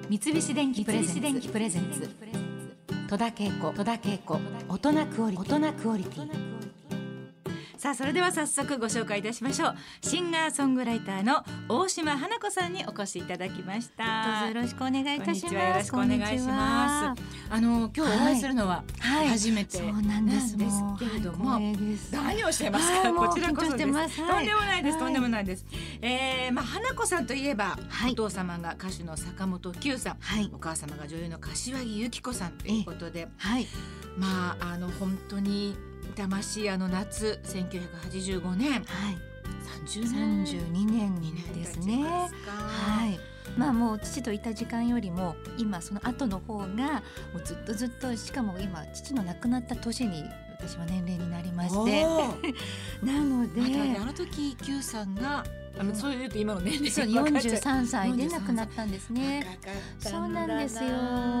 三菱電機プレゼンツ戸田恵子大人クオリティ。さあそれでは早速ご紹介いたしましょう。シンガーソングライターの大島花子さんにお越しいただきました。 どうぞよろしくお願いいたします。 よろしくお願いします。今日お会いするのは初めてなんですけれども、何をしてますか。こちらこそです。とんでもないです。花子さんといえば、お父様が歌手の坂本九さん、お母様が女優の柏木由紀子さんということで、本当に魂夏1985年、 32年ですね。もう父といた時間よりも今その後の方がもうずっとしかも今父の亡くなった年に私は年齢になりましてなのであの時九さんがそういうと今の年齢そう43歳で亡くなったんですね。そうなんですよ。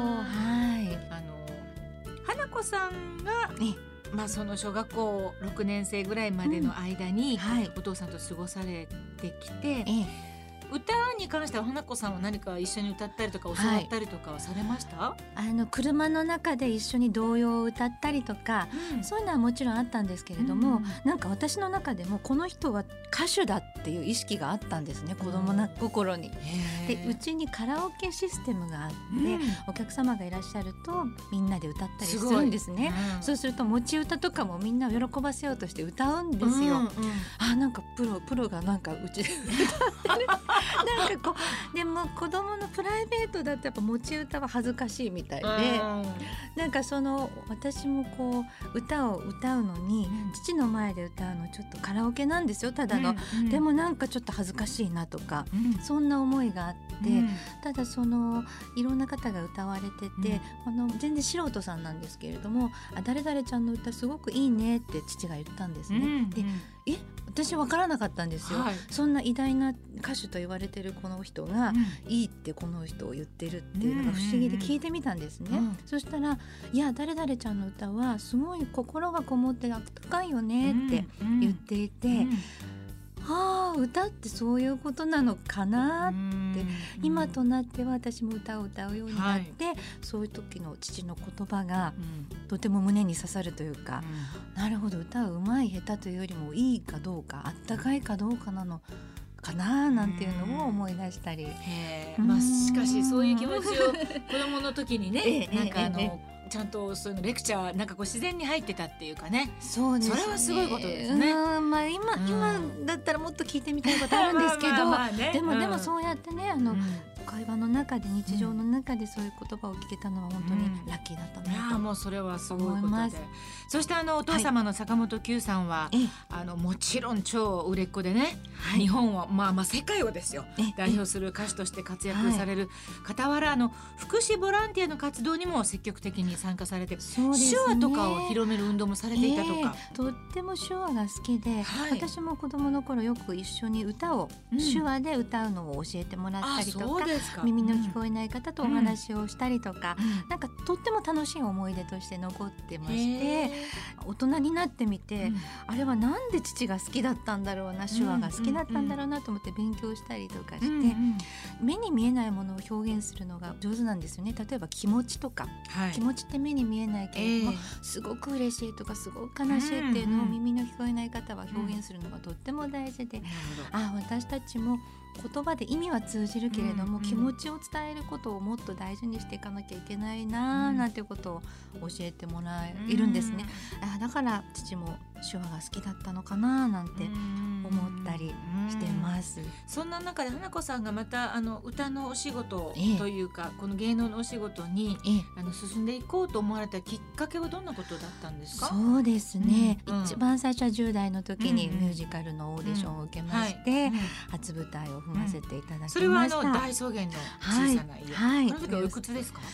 花子さんがその小学校6年生ぐらいまでの間に、お父さんと過ごされてきて、歌に関しては花子さんは何か一緒に歌ったりとか教わったりとかはされました？ 車の中で一緒に童謡を歌ったりとか、そういうのはもちろんあったんですけれども、なんか私の中でもこの人は歌手だっていう意識があったんですね、子供な心に。でうちにカラオケシステムがあって、お客様がいらっしゃるとみんなで歌ったりするんですね。そうすると持ち歌とかもみんなを喜ばせようとして歌うんですよ。なんかプロがなんかうちで歌ってるなんかでも子供のプライベートだとやっぱ持ち歌は恥ずかしいみたいで、なんか私も歌を歌うのに、父の前で歌うのちょっとカラオケなんですよ、ただの、でもなんかちょっと恥ずかしいなとか、そんな思いがあって、ただいろんな方が歌われてて、全然素人さんなんですけれども、誰々ちゃんの歌すごくいいねって父が言ったんですね。で私分からなかったんですよ、そんな偉大な歌手と言われてるこの人が、いいってこの人を言ってるっていうのが不思議で聞いてみたんですね。そしたら誰々ちゃんの歌はすごい心がこもって温かいよねって言っていて、歌ってそういうことなのかなって今となっては私も歌を歌うようになって、そういう時の父の言葉がとても胸に刺さるというか、なるほど、歌うまい下手というよりもいいかどうかあったかいかどうかなのかななんていうのを思い出したり。 しかしそういう気持ちを子供の時にねちゃんとそういうのレクチャーなんか自然に入ってたっていうかね。そうですね、それはすごいことですね。 今だったらもっと聞いてみたいことあるんですけど、でもそうやってね会話の中で日常の中でそういう言葉を聞けたのは本当にラッキーだったなと、 もうそれはすごいことで。そしてお父様の坂本九さんは、もちろん超売れっ子でね、日本を世界をですよ代表する歌手として活躍される傍ら、福祉ボランティアの活動にも積極的に参加されて、手話とかを広める運動もされていたとか。 とっても手話が好きで、私も子供の頃よく一緒に歌を、手話で歌うのを教えてもらったりとか、耳の聞こえない方とお話をしたりとか、なんかとっても楽しい思い出として残ってまして、大人になってみて、あれはなんで父が好きだったんだろうな、手話が好きだったんだろうなと思って勉強したりとかして、目に見えないものを表現するのが上手なんですよね。例えば気持ちとか、気持ちって目に見えないけれども、すごく嬉しいとかすごく悲しいっていうのを耳の聞こえない方は表現するのがとっても大事で、私たちも言葉で意味は通じるけれども、気持ちを伝えることをもっと大事にしていかなきゃいけないななんていうことを教えてもらえるんですね。だから父も手話が好きだったのかななんて思ったりしてます。 そんな中で花子さんがまた歌のお仕事というか、この芸能のお仕事に進んでいこうと思われたきっかけはどんなことだったんですか？ そうですね、一番最初は10代の時にミュージカルのオーディションを受けまして、初舞台を踏ませていただきました。 それは大草原の小さな家、あの時はおいくつですか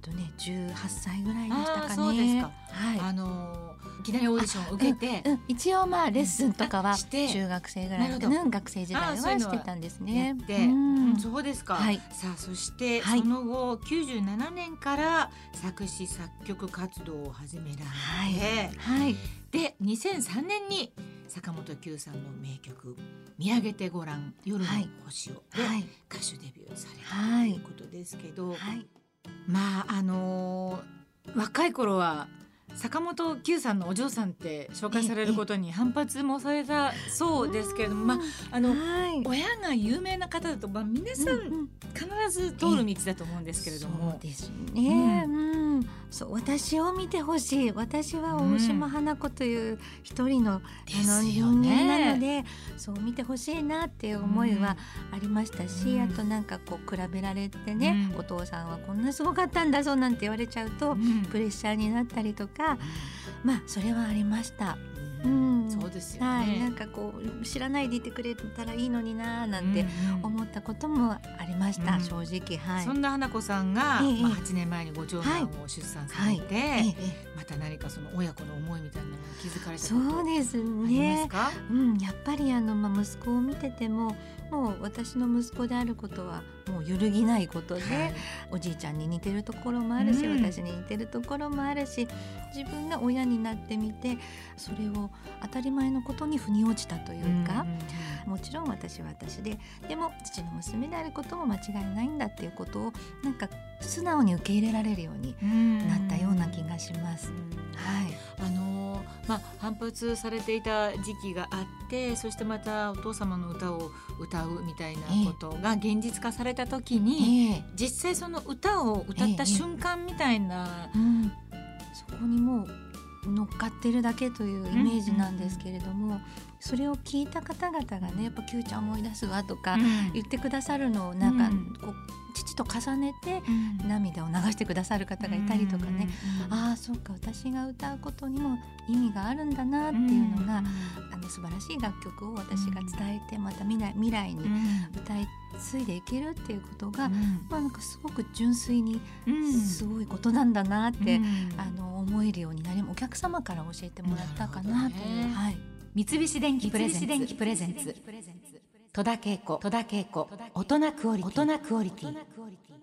？18歳ぐらいでしたかね。 そうですか。いきなりオーディションを受けて、 一応レッスンとかは中学生ぐらいの学生時代はしてたんですね。 そうですか。さあそしてその後97年から作詞作曲活動を始められて、で2003年に坂本九さんの名曲「見上げてごらん夜の星を」で歌手デビューされたということですけど、まあ若い頃は坂本九さんのお嬢さんって紹介されることに反発もされたそうですけれども、親が有名な方だと、皆さん必ず通る道だと思うんですけれども、 そうですね、そう、私を見てほしい、私は大島花子という一人の人間なので、そう見てほしいなっていう思いはありましたし、あとなんかこう比べられてね、お父さんはこんなすごかったんだそうなんて言われちゃうと、プレッシャーになったりとか、それはありました。 そうですよね。 なんかこう知らないでいてくれたらいいのにななんて思ったこともありました、正直。 そんな花子さんが、8年前にご長男を出産されて、また何かその親子の思いみたいなのに気づかれたことそうですね。やっぱり息子を見てても、もう私の息子であることはもう揺るぎないことで、おじいちゃんに似てるところもあるし、私に似てるところもあるし、自分が親になってみてそれを当たり前のことに腑に落ちたというか、もちろん私は私で、でも父の娘であることも間違いないんだっていうことをなんか素直に受け入れられるようになったような気がします。 反発されていた時期があって、そしてまたお父様の歌を歌うみたいなことが現実化された時に、実際その歌を歌った瞬間みたいな、 そこにもう乗っかってるだけというイメージなんですけれども、それを聞いた方々がね、やっぱキューちゃん思い出すわとか言ってくださるのをなんかこう父と重ねて涙を流してくださる方がいたりとかね、ああそうか、私が歌うことにも意味があるんだなっていうのが、素晴らしい楽曲を私が伝えて、また未来に歌い継いでいけるっていうことが、なんかすごく純粋にすごいことなんだなって、思えるようになり、お客様から教えてもらったかなという。 三菱電機プレゼンツ戸田恵子大人クオリティ。